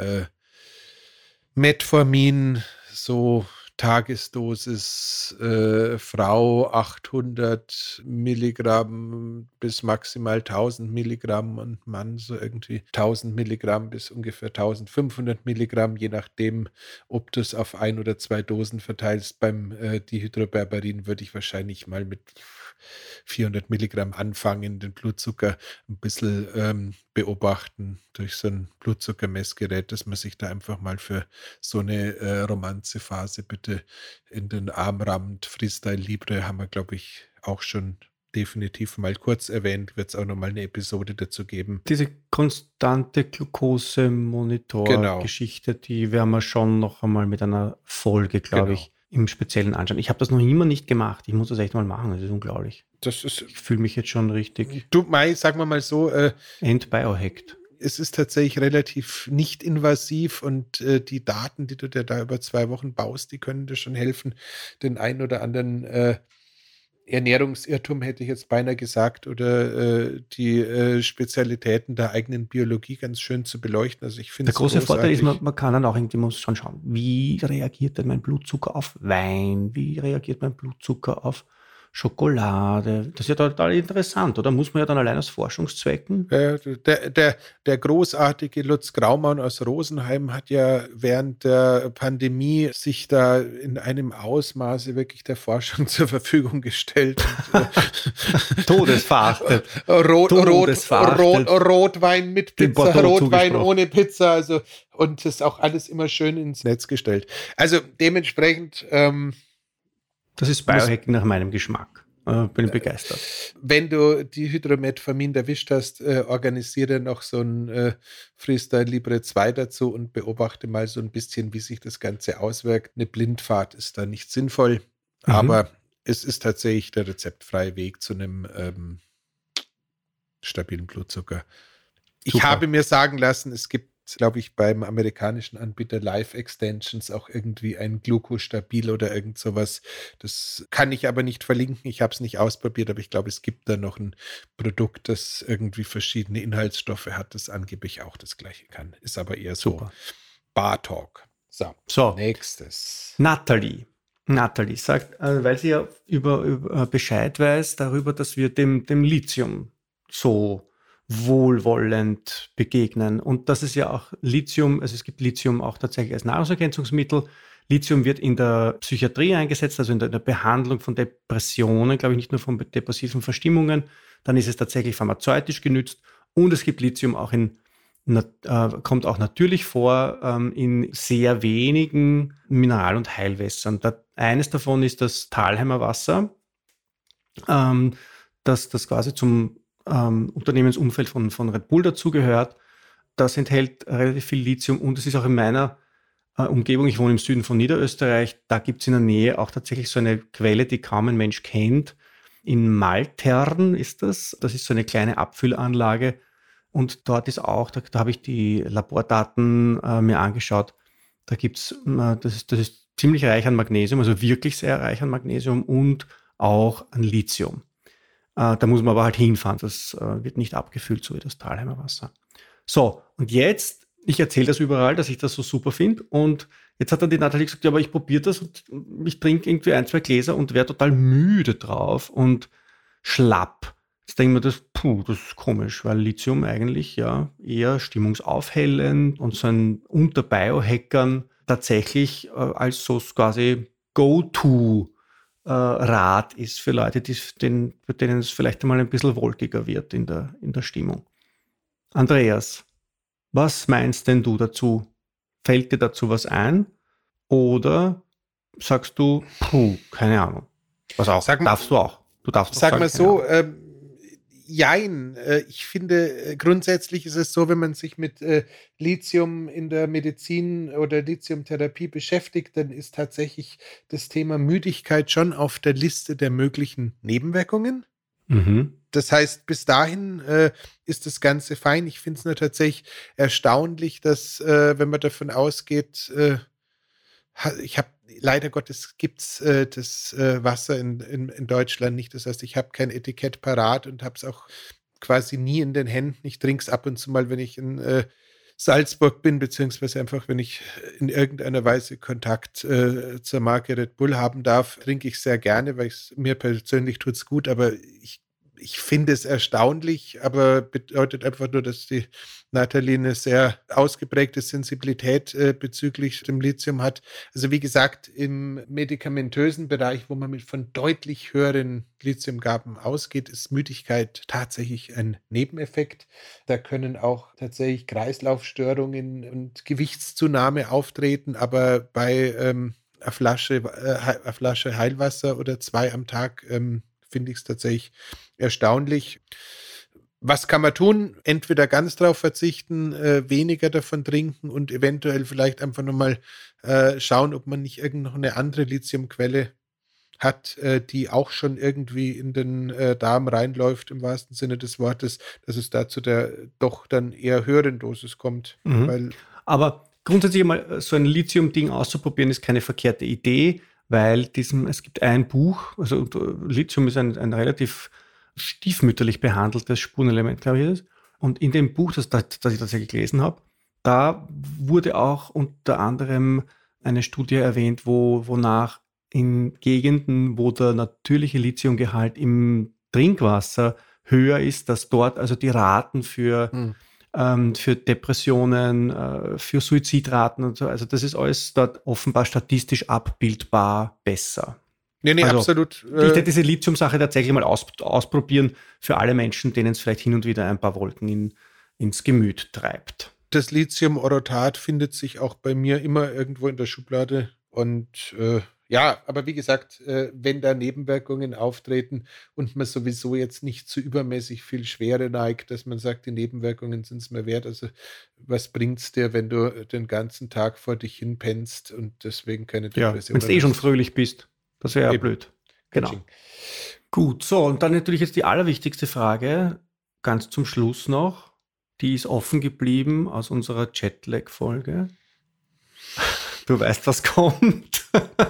Metformin so Tagesdosis Frau 800 Milligramm bis maximal 1000 Milligramm und Mann so irgendwie 1000 Milligramm bis ungefähr 1500 Milligramm, je nachdem, ob du es auf 1 oder 2 Dosen verteilst. Beim Dihydroberberin würde ich wahrscheinlich mal mit 400 Milligramm anfangen, den Blutzucker ein bisschen beobachten durch so ein Blutzuckermessgerät, dass man sich da einfach mal für so eine Romanzephase bitte in den Arm rammt. Freestyle Libre haben wir, glaube ich, auch schon definitiv mal kurz erwähnt. Wird es auch nochmal eine Episode dazu geben. Diese konstante Glucose-Monitor-Geschichte, die werden wir schon noch einmal mit einer Folge, glaube ich, im Speziellen anschauen. Ich habe das noch immer nicht gemacht. Ich muss das echt mal machen. Das ist unglaublich. Ich fühle mich jetzt schon richtig. Du, Mai, sagen wir mal so. Entbiohackt. Es ist tatsächlich relativ nicht invasiv und die Daten, die du dir da über 2 Wochen baust, die können dir schon helfen, den einen oder anderen Ernährungsirrtum, hätte ich jetzt beinahe gesagt, oder die Spezialitäten der eigenen Biologie ganz schön zu beleuchten. Also ich finde der große Vorteil ist, man kann dann auch irgendwie, muss schon schauen, wie reagiert denn mein Blutzucker auf Wein, wie reagiert mein Blutzucker auf Schokolade. Das ist ja total interessant, oder? Muss man ja dann allein aus Forschungszwecken. Der großartige Lutz Graumann aus Rosenheim hat ja während der Pandemie sich da in einem Ausmaße wirklich der Forschung zur Verfügung gestellt. Todesverachtet. Rotwein mit Pizza, Rotwein ohne Pizza, also und das auch alles immer schön ins Netz gestellt. Also dementsprechend das ist Biohacking nach meinem Geschmack. Bin ich begeistert. Wenn du die Hydrometformin erwischt hast, organisiere noch so ein Freestyle Libre 2 dazu und beobachte mal so ein bisschen, wie sich das Ganze auswirkt. Eine Blindfahrt ist da nicht sinnvoll, aber es ist tatsächlich der rezeptfreie Weg zu einem stabilen Blutzucker. Ich habe mir sagen lassen, es gibt, glaube ich, beim amerikanischen Anbieter Life Extensions auch irgendwie ein Glucostabil oder irgend sowas. Das kann ich aber nicht verlinken. Ich habe es nicht ausprobiert, aber ich glaube, es gibt da noch ein Produkt, das irgendwie verschiedene Inhaltsstoffe hat, das angeblich auch das Gleiche kann. Ist aber eher so Bar-Talk. So, nächstes. Nathalie sagt, weil sie ja über Bescheid weiß darüber, dass wir dem Lithium so wohlwollend begegnen. Und das ist ja auch Lithium, also es gibt Lithium auch tatsächlich als Nahrungsergänzungsmittel. Lithium wird in der Psychiatrie eingesetzt, also in der Behandlung von Depressionen, glaube ich, nicht nur von depressiven Verstimmungen. Dann ist es tatsächlich pharmazeutisch genützt. Und es gibt Lithium auch kommt auch natürlich vor in sehr wenigen Mineral- und Heilwässern. Eines davon ist das Thalheimer Wasser, das quasi zum Unternehmensumfeld von Red Bull dazugehört. Das enthält relativ viel Lithium und es ist auch in meiner Umgebung, ich wohne im Süden von Niederösterreich, da gibt es in der Nähe auch tatsächlich so eine Quelle, die kaum ein Mensch kennt. In Maltern ist das. Das ist so eine kleine Abfüllanlage und dort ist auch, da habe ich die Labordaten mir angeschaut, da gibt's, das ist ziemlich reich an Magnesium, also wirklich sehr reich an Magnesium und auch an Lithium. Da muss man aber halt hinfahren, das wird nicht abgefüllt, so wie das Thalheimer Wasser. So, und jetzt ich erzähle das überall, dass ich das so super finde. Und jetzt hat dann die Nathalie gesagt, ja, aber ich probiere das und ich trinke irgendwie 1, 2 Gläser und wäre total müde drauf und schlapp. Jetzt denke ich mir, das ist komisch, weil Lithium eigentlich ja eher stimmungsaufhellend und so ein unter Biohackern tatsächlich als so quasi Go-To-Rat ist für Leute, bei denen es vielleicht einmal ein bisschen wolkiger wird in der Stimmung. Andreas, was meinst denn du dazu? Fällt dir dazu was ein? Oder sagst du, keine Ahnung. Was auch? Darfst du auch. Du darfst sag mal so, jein. Ich finde, grundsätzlich ist es so, wenn man sich mit Lithium in der Medizin oder Lithiumtherapie beschäftigt, dann ist tatsächlich das Thema Müdigkeit schon auf der Liste der möglichen Nebenwirkungen. Mhm. Das heißt, bis dahin ist das Ganze fein. Ich finde es nur tatsächlich erstaunlich, dass, wenn man davon ausgeht, leider Gottes gibt's das Wasser in Deutschland nicht. Das heißt, ich habe kein Etikett parat und habe es auch quasi nie in den Händen. Ich trinke es ab und zu mal, wenn ich in Salzburg bin, beziehungsweise einfach, wenn ich in irgendeiner Weise Kontakt zur Marke Red Bull haben darf, trinke ich sehr gerne, weil mir persönlich tut es gut, aber ich finde es erstaunlich, aber bedeutet einfach nur, dass die Nathalie eine sehr ausgeprägte Sensibilität bezüglich dem Lithium hat. Also wie gesagt, im medikamentösen Bereich, wo man von deutlich höheren Lithiumgaben ausgeht, ist Müdigkeit tatsächlich ein Nebeneffekt. Da können auch tatsächlich Kreislaufstörungen und Gewichtszunahme auftreten, aber bei einer Flasche Heilwasser oder 2 am Tag finde ich es tatsächlich erstaunlich. Was kann man tun? Entweder ganz drauf verzichten, weniger davon trinken und eventuell vielleicht einfach nochmal schauen, ob man nicht irgendeine andere Lithiumquelle hat, die auch schon irgendwie in den Darm reinläuft, im wahrsten Sinne des Wortes, dass es da zu der doch dann eher höheren Dosis kommt. Weil Aber grundsätzlich mal so ein Lithium-Ding auszuprobieren, ist keine verkehrte Idee, weil es gibt ein Buch, also Lithium ist ein relativ stiefmütterlich behandeltes Spurenelement, glaube ich, ist. Und in dem Buch, das ich tatsächlich gelesen habe, da wurde auch unter anderem eine Studie erwähnt, wonach in Gegenden, wo der natürliche Lithiumgehalt im Trinkwasser höher ist, dass dort also die Raten für Depressionen, für Suizidraten und so. Also das ist alles dort offenbar statistisch abbildbar besser. Nee, also, absolut. Ich werde diese Lithium-Sache tatsächlich mal ausprobieren für alle Menschen, denen es vielleicht hin und wieder ein paar Wolken ins Gemüt treibt. Das Lithium-Orotat findet sich auch bei mir immer irgendwo in der Schublade. Und ja, aber wie gesagt, wenn da Nebenwirkungen auftreten und man sowieso jetzt nicht zu übermäßig viel Schwere neigt, dass man sagt, die Nebenwirkungen sind es mir wert. Also was bringt es dir, wenn du den ganzen Tag vor dich hin pennst und deswegen keine Depression hast? Wenn du schon fröhlich bist. Das wäre ja blöd. Genau. Coaching. Gut, so, und dann natürlich jetzt die allerwichtigste Frage, ganz zum Schluss noch. Die ist offen geblieben aus unserer Jetlag-Folge. Du weißt, was kommt.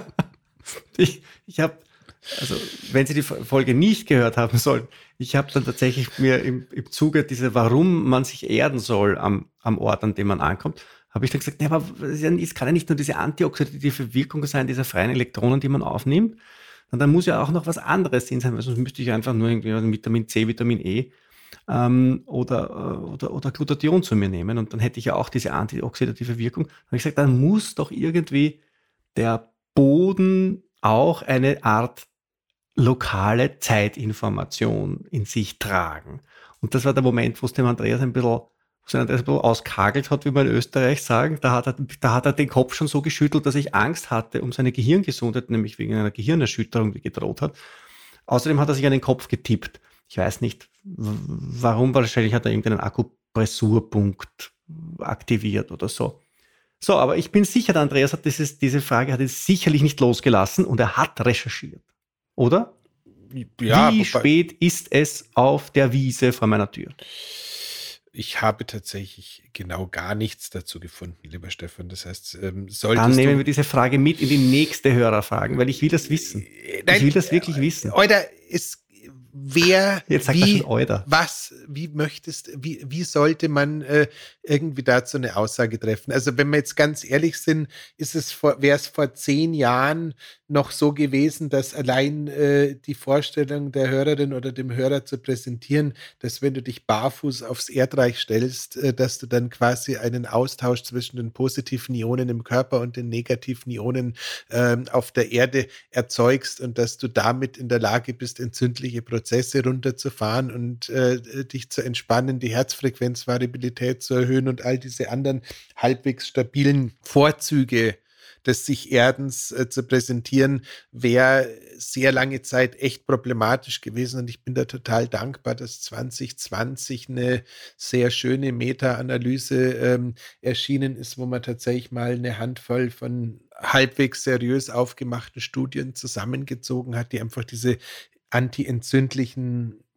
Ich habe, also wenn Sie die Folge nicht gehört haben sollen, ich habe dann tatsächlich mir im Zuge warum man sich erden soll am Ort, an dem man ankommt, habe ich dann gesagt, aber es kann ja nicht nur diese antioxidative Wirkung sein, dieser freien Elektronen, die man aufnimmt, sondern da muss ja auch noch was anderes drin sein, weil sonst müsste ich einfach nur irgendwie Vitamin C, Vitamin E oder Glutathion zu mir nehmen und dann hätte ich ja auch diese antioxidative Wirkung. Da habe ich gesagt, dann muss doch irgendwie der Boden auch eine Art lokale Zeitinformation in sich tragen. Und das war der Moment, wo es dem Andreas ein bisschen auskagelt hat, wie wir in Österreich sagen. Da hat er den Kopf schon so geschüttelt, dass ich Angst hatte um seine Gehirngesundheit, nämlich wegen einer Gehirnerschütterung, die gedroht hat. Außerdem hat er sich an den Kopf getippt. Ich weiß nicht, warum, wahrscheinlich hat er irgendeinen Akupressurpunkt aktiviert oder so. So, aber ich bin sicher, der Andreas hat diese Frage hat ihn sicherlich nicht losgelassen und er hat recherchiert. Oder? Ja, wie spät ist es auf der Wiese vor meiner Tür? Ich habe tatsächlich genau gar nichts dazu gefunden, lieber Stefan. Das heißt, dann nehmen wir diese Frage mit in die nächste Hörerfrage, weil ich will das wissen. Ich will das wirklich wissen. Alter, wie sollte man irgendwie dazu eine Aussage treffen? Also wenn wir jetzt ganz ehrlich sind, wäre es vor 10 Jahren noch so gewesen, dass allein die Vorstellung der Hörerin oder dem Hörer zu präsentieren, dass wenn du dich barfuß aufs Erdreich stellst, dass du dann quasi einen Austausch zwischen den positiven Ionen im Körper und den negativen Ionen auf der Erde erzeugst und dass du damit in der Lage bist, entzündliche Prozesse runterzufahren und dich zu entspannen, die Herzfrequenzvariabilität zu erhöhen und all diese anderen halbwegs stabilen Vorzüge des Sich-Erdens zu präsentieren, wäre sehr lange Zeit echt problematisch gewesen. Und ich bin da total dankbar, dass 2020 eine sehr schöne Meta-Analyse erschienen ist, wo man tatsächlich mal eine Handvoll von halbwegs seriös aufgemachten Studien zusammengezogen hat, die einfach diese antientzündlichen,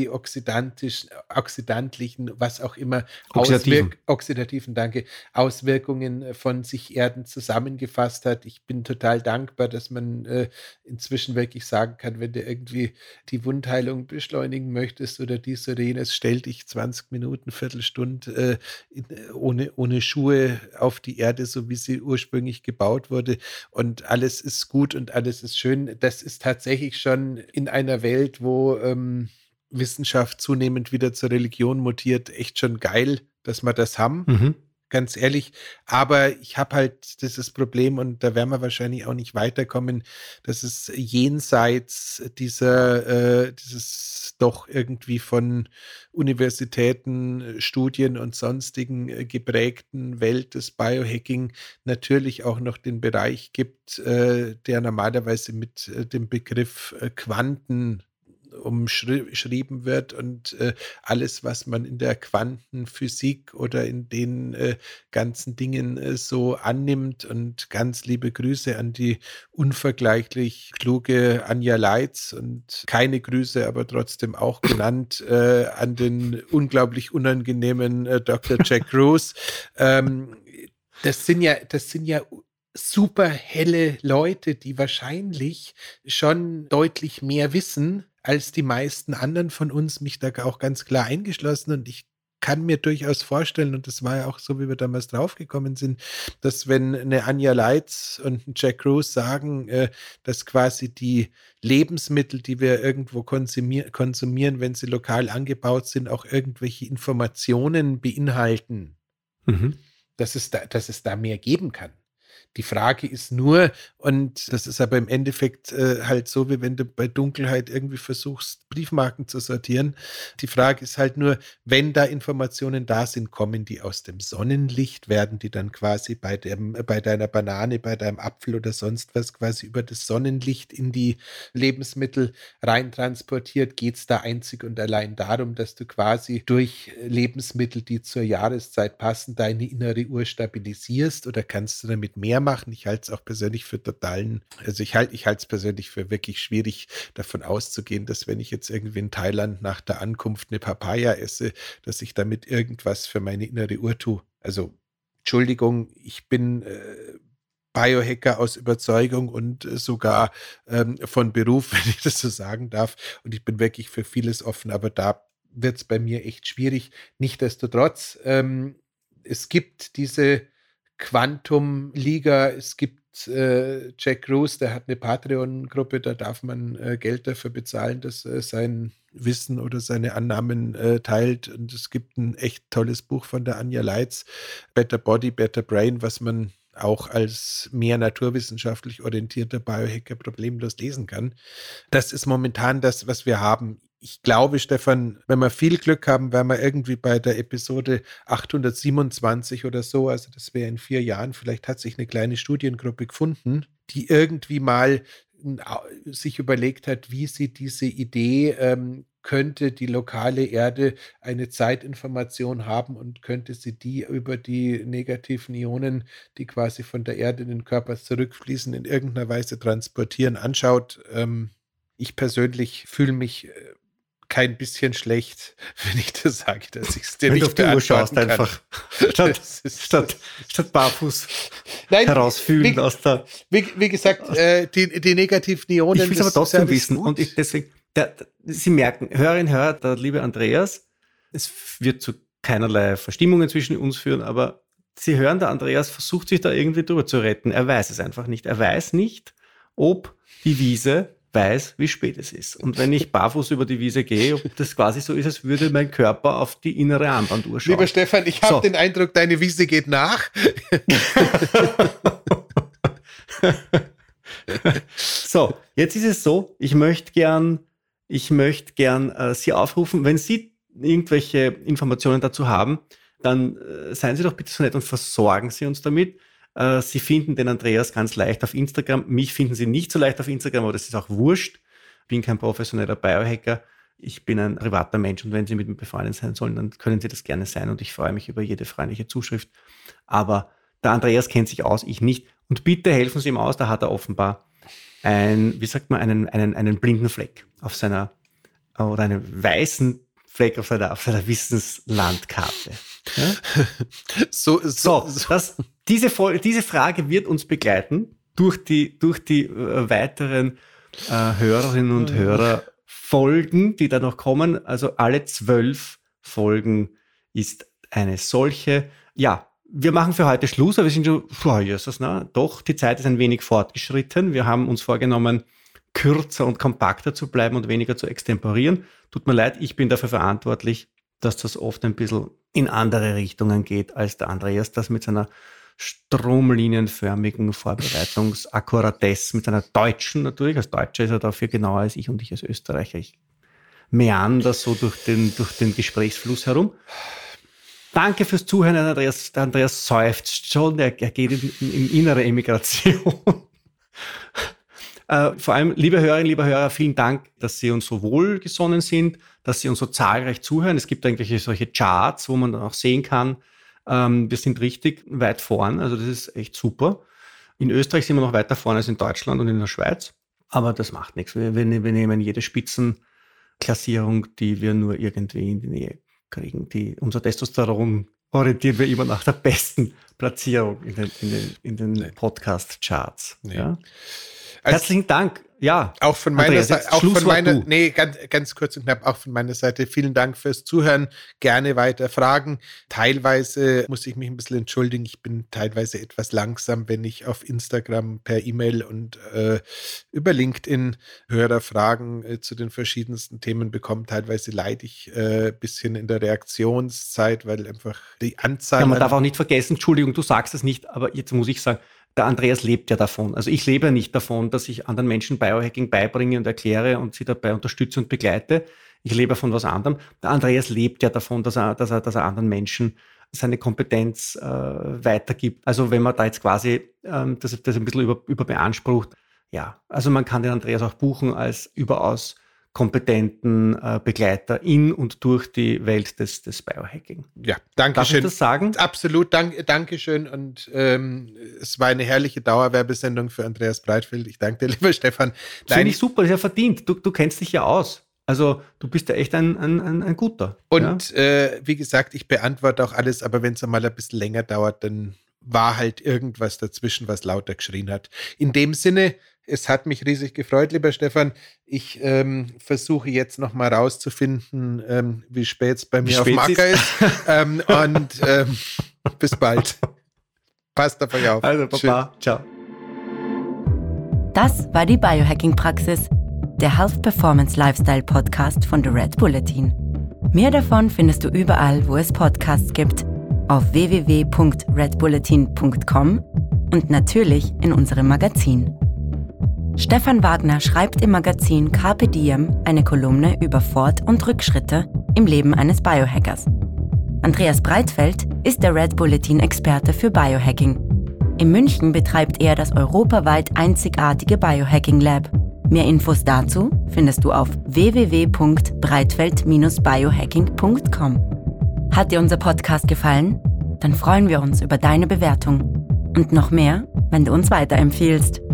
oxidantlichen, was auch immer, oxidativen, Auswirkungen von Sich-Erden zusammengefasst hat. Ich bin total dankbar, dass man inzwischen wirklich sagen kann, wenn du irgendwie die Wundheilung beschleunigen möchtest oder dies oder jenes, stell dich 20 Minuten, Viertelstunde ohne Schuhe auf die Erde, so wie sie ursprünglich gebaut wurde, und alles ist gut und alles ist schön. Das ist tatsächlich schon in einer Welt, wo Wissenschaft zunehmend wieder zur Religion mutiert, echt schon geil, dass wir das haben, ganz ehrlich. Aber ich habe halt dieses Problem, und da werden wir wahrscheinlich auch nicht weiterkommen, dass es jenseits dieses doch irgendwie von Universitäten, Studien und sonstigen geprägten Welt des Biohacking natürlich auch noch den Bereich gibt, der normalerweise mit dem Begriff Quanten umschrieben wird, und alles, was man in der Quantenphysik oder in den ganzen Dingen so annimmt. Und ganz liebe Grüße an die unvergleichlich kluge Anja Leitz und keine Grüße, aber trotzdem auch genannt, an den unglaublich unangenehmen Dr. Jack Kruse. Das sind ja super helle Leute, die wahrscheinlich schon deutlich mehr wissen als die meisten anderen von uns, mich da auch ganz klar eingeschlossen. Und ich kann mir durchaus vorstellen, und das war ja auch so, wie wir damals draufgekommen sind, dass wenn eine Anja Leitz und ein Jack Kruse sagen, dass quasi die Lebensmittel, die wir irgendwo konsumieren, wenn sie lokal angebaut sind, auch irgendwelche Informationen beinhalten, dass es da mehr geben kann. Die Frage ist nur, und das ist aber im Endeffekt halt so, wie wenn du bei Dunkelheit irgendwie versuchst, Briefmarken zu sortieren. Die Frage ist halt nur, wenn da Informationen da sind, kommen die aus dem Sonnenlicht, werden die dann quasi bei deiner Banane, bei deinem Apfel oder sonst was quasi über das Sonnenlicht in die Lebensmittel reintransportiert? Geht es da einzig und allein darum, dass du quasi durch Lebensmittel, die zur Jahreszeit passen, deine innere Uhr stabilisierst, oder kannst du damit mehr machen? Ich halte es auch persönlich für ich halte es persönlich für wirklich schwierig, davon auszugehen, dass wenn ich jetzt irgendwie in Thailand nach der Ankunft eine Papaya esse, dass ich damit irgendwas für meine innere Uhr tue. Also, Entschuldigung, ich bin Biohacker aus Überzeugung und sogar von Beruf, wenn ich das so sagen darf. Und ich bin wirklich für vieles offen, aber da wird es bei mir echt schwierig. Nichtsdestotrotz, es gibt diese Quantum-Liga, es gibt Jack Kruse, der hat eine Patreon-Gruppe, da darf man Geld dafür bezahlen, dass sein Wissen oder seine Annahmen teilt. Und es gibt ein echt tolles Buch von der Anja Leitz, Better Body, Better Brain, was man auch als mehr naturwissenschaftlich orientierter Biohacker problemlos lesen kann. Das ist momentan das, was wir haben. Ich glaube, Stefan, wenn wir viel Glück haben, werden wir irgendwie bei der Episode 827 oder so, also das wäre in 4 Jahren, vielleicht hat sich eine kleine Studiengruppe gefunden, die irgendwie mal sich überlegt hat, wie sie diese Idee könnte die lokale Erde eine Zeitinformation haben und könnte sie die über die negativen Ionen, die quasi von der Erde in den Körper zurückfließen, in irgendeiner Weise transportieren, anschaut. Ich persönlich fühle mich kein bisschen schlecht, wenn ich das sage, dass ich es dir nicht beantworten kann. Einfach statt barfuß herausfühlen aus der... Wie gesagt, die negativen Ionen... Ich will es aber trotzdem wissen und deswegen Sie merken, Hörerinnen und Hörer, der liebe Andreas, es wird zu keinerlei Verstimmungen zwischen uns führen, aber Sie hören, der Andreas versucht sich da irgendwie drüber zu retten. Er weiß es einfach nicht. Er weiß nicht, ob die Wiese weiß, wie spät es ist. Und wenn ich barfuß über die Wiese gehe, ob das quasi so ist, als würde mein Körper auf die innere Armbanduhr schauen. Lieber Stefan, ich habe den Eindruck, deine Wiese geht nach. So, jetzt ist es so, ich möchte gern Sie aufrufen, wenn Sie irgendwelche Informationen dazu haben, dann seien Sie doch bitte so nett und versorgen Sie uns damit. Sie finden den Andreas ganz leicht auf Instagram. Mich finden Sie nicht so leicht auf Instagram, aber das ist auch wurscht. Ich bin kein professioneller Biohacker. Ich bin ein privater Mensch und wenn Sie mit mir befreundet sein sollen, dann können Sie das gerne sein und ich freue mich über jede freundliche Zuschrift. Aber der Andreas kennt sich aus, ich nicht. Und bitte helfen Sie ihm aus, da hat er offenbar einen blinden Fleck auf seiner, oder einen weißen Fleck auf seiner Wissenslandkarte. Ja? Diese Frage wird uns begleiten durch die weiteren Hörerinnen und Hörerfolgen, die da noch kommen. Also alle 12 Folgen ist eine solche. Ja, wir machen für heute Schluss, aber wir sind schon, doch, die Zeit ist ein wenig fortgeschritten. Wir haben uns vorgenommen, kürzer und kompakter zu bleiben und weniger zu extemporieren. Tut mir leid, ich bin dafür verantwortlich, dass das oft ein bisschen in andere Richtungen geht, als der Andreas das mit seiner stromlinienförmigen Vorbereitungsakkuratesse, mit seiner deutschen natürlich, als Deutscher ist er dafür genauer als ich und ich als Österreicher. Ich meander so durch den Gesprächsfluss herum. Danke fürs Zuhören, Andreas. Der Andreas seufzt schon, er geht in innere Emigration. Vor allem, liebe Hörerinnen, liebe Hörer, vielen Dank, dass Sie uns so wohlgesonnen sind, dass Sie uns so zahlreich zuhören. Es gibt eigentlich solche Charts, wo man dann auch sehen kann, wir sind richtig weit vorn, also das ist echt super. In Österreich sind wir noch weiter vorne als in Deutschland und in der Schweiz, aber das macht nichts. Wir nehmen jede Spitzenklassierung, die wir nur irgendwie in die Nähe kriegen. Unser Testosteron orientieren wir immer nach der besten Platzierung in den Podcast-Charts. Nee. Ja? Herzlichen Dank. Ja, auch von meiner Seite, ganz kurz und knapp, auch von meiner Seite, vielen Dank fürs Zuhören. Gerne weiter Fragen. Teilweise muss ich mich ein bisschen entschuldigen. Ich bin teilweise etwas langsam, wenn ich auf Instagram per E-Mail und über LinkedIn Hörerfragen zu den verschiedensten Themen bekomme. Teilweise leide ich ein bisschen in der Reaktionszeit, weil einfach die Anzahl... Ja, man darf auch nicht vergessen, Entschuldigung, du sagst es nicht, aber jetzt muss ich sagen, der Andreas lebt ja davon. Also ich lebe ja nicht davon, dass ich anderen Menschen Biohacking beibringe und erkläre und sie dabei unterstütze und begleite. Ich lebe von was anderem. Der Andreas lebt ja davon, dass er anderen Menschen seine Kompetenz weitergibt. Also wenn man da jetzt quasi das ein bisschen überbeansprucht, ja, also man kann den Andreas auch buchen als überaus kompetenten Begleiter in und durch die Welt des Biohacking. Ja, danke schön. Darf ich das sagen? Absolut, danke schön. Und es war eine herrliche Dauerwerbesendung für Andreas Breitfeld. Ich danke dir, lieber Stefan. Finde ich super, ist ja verdient. Du kennst dich ja aus. Also du bist ja echt ein guter. Und wie gesagt, ich beantworte auch alles, aber wenn es einmal ein bisschen länger dauert, dann war halt irgendwas dazwischen, was lauter geschrien hat. In dem Sinne, es hat mich riesig gefreut, lieber Stefan. Ich versuche jetzt noch mal rauszufinden, wie spät es bei mir auf dem Acker ist. Bis bald. Passt auf euch auf. Also, Papa, ciao. Das war die Biohacking-Praxis, der Health Performance Lifestyle Podcast von The Red Bulletin. Mehr davon findest du überall, wo es Podcasts gibt, auf www.redbulletin.com und natürlich in unserem Magazin. Stefan Wagner schreibt im Magazin Carpe Diem eine Kolumne über Fort- und Rückschritte im Leben eines Biohackers. Andreas Breitfeld ist der Red Bulletin-Experte für Biohacking. In München betreibt er das europaweit einzigartige Biohacking Lab. Mehr Infos dazu findest du auf www.breitfeld-biohacking.com. Hat dir unser Podcast gefallen? Dann freuen wir uns über deine Bewertung. Und noch mehr, wenn du uns weiterempfiehlst.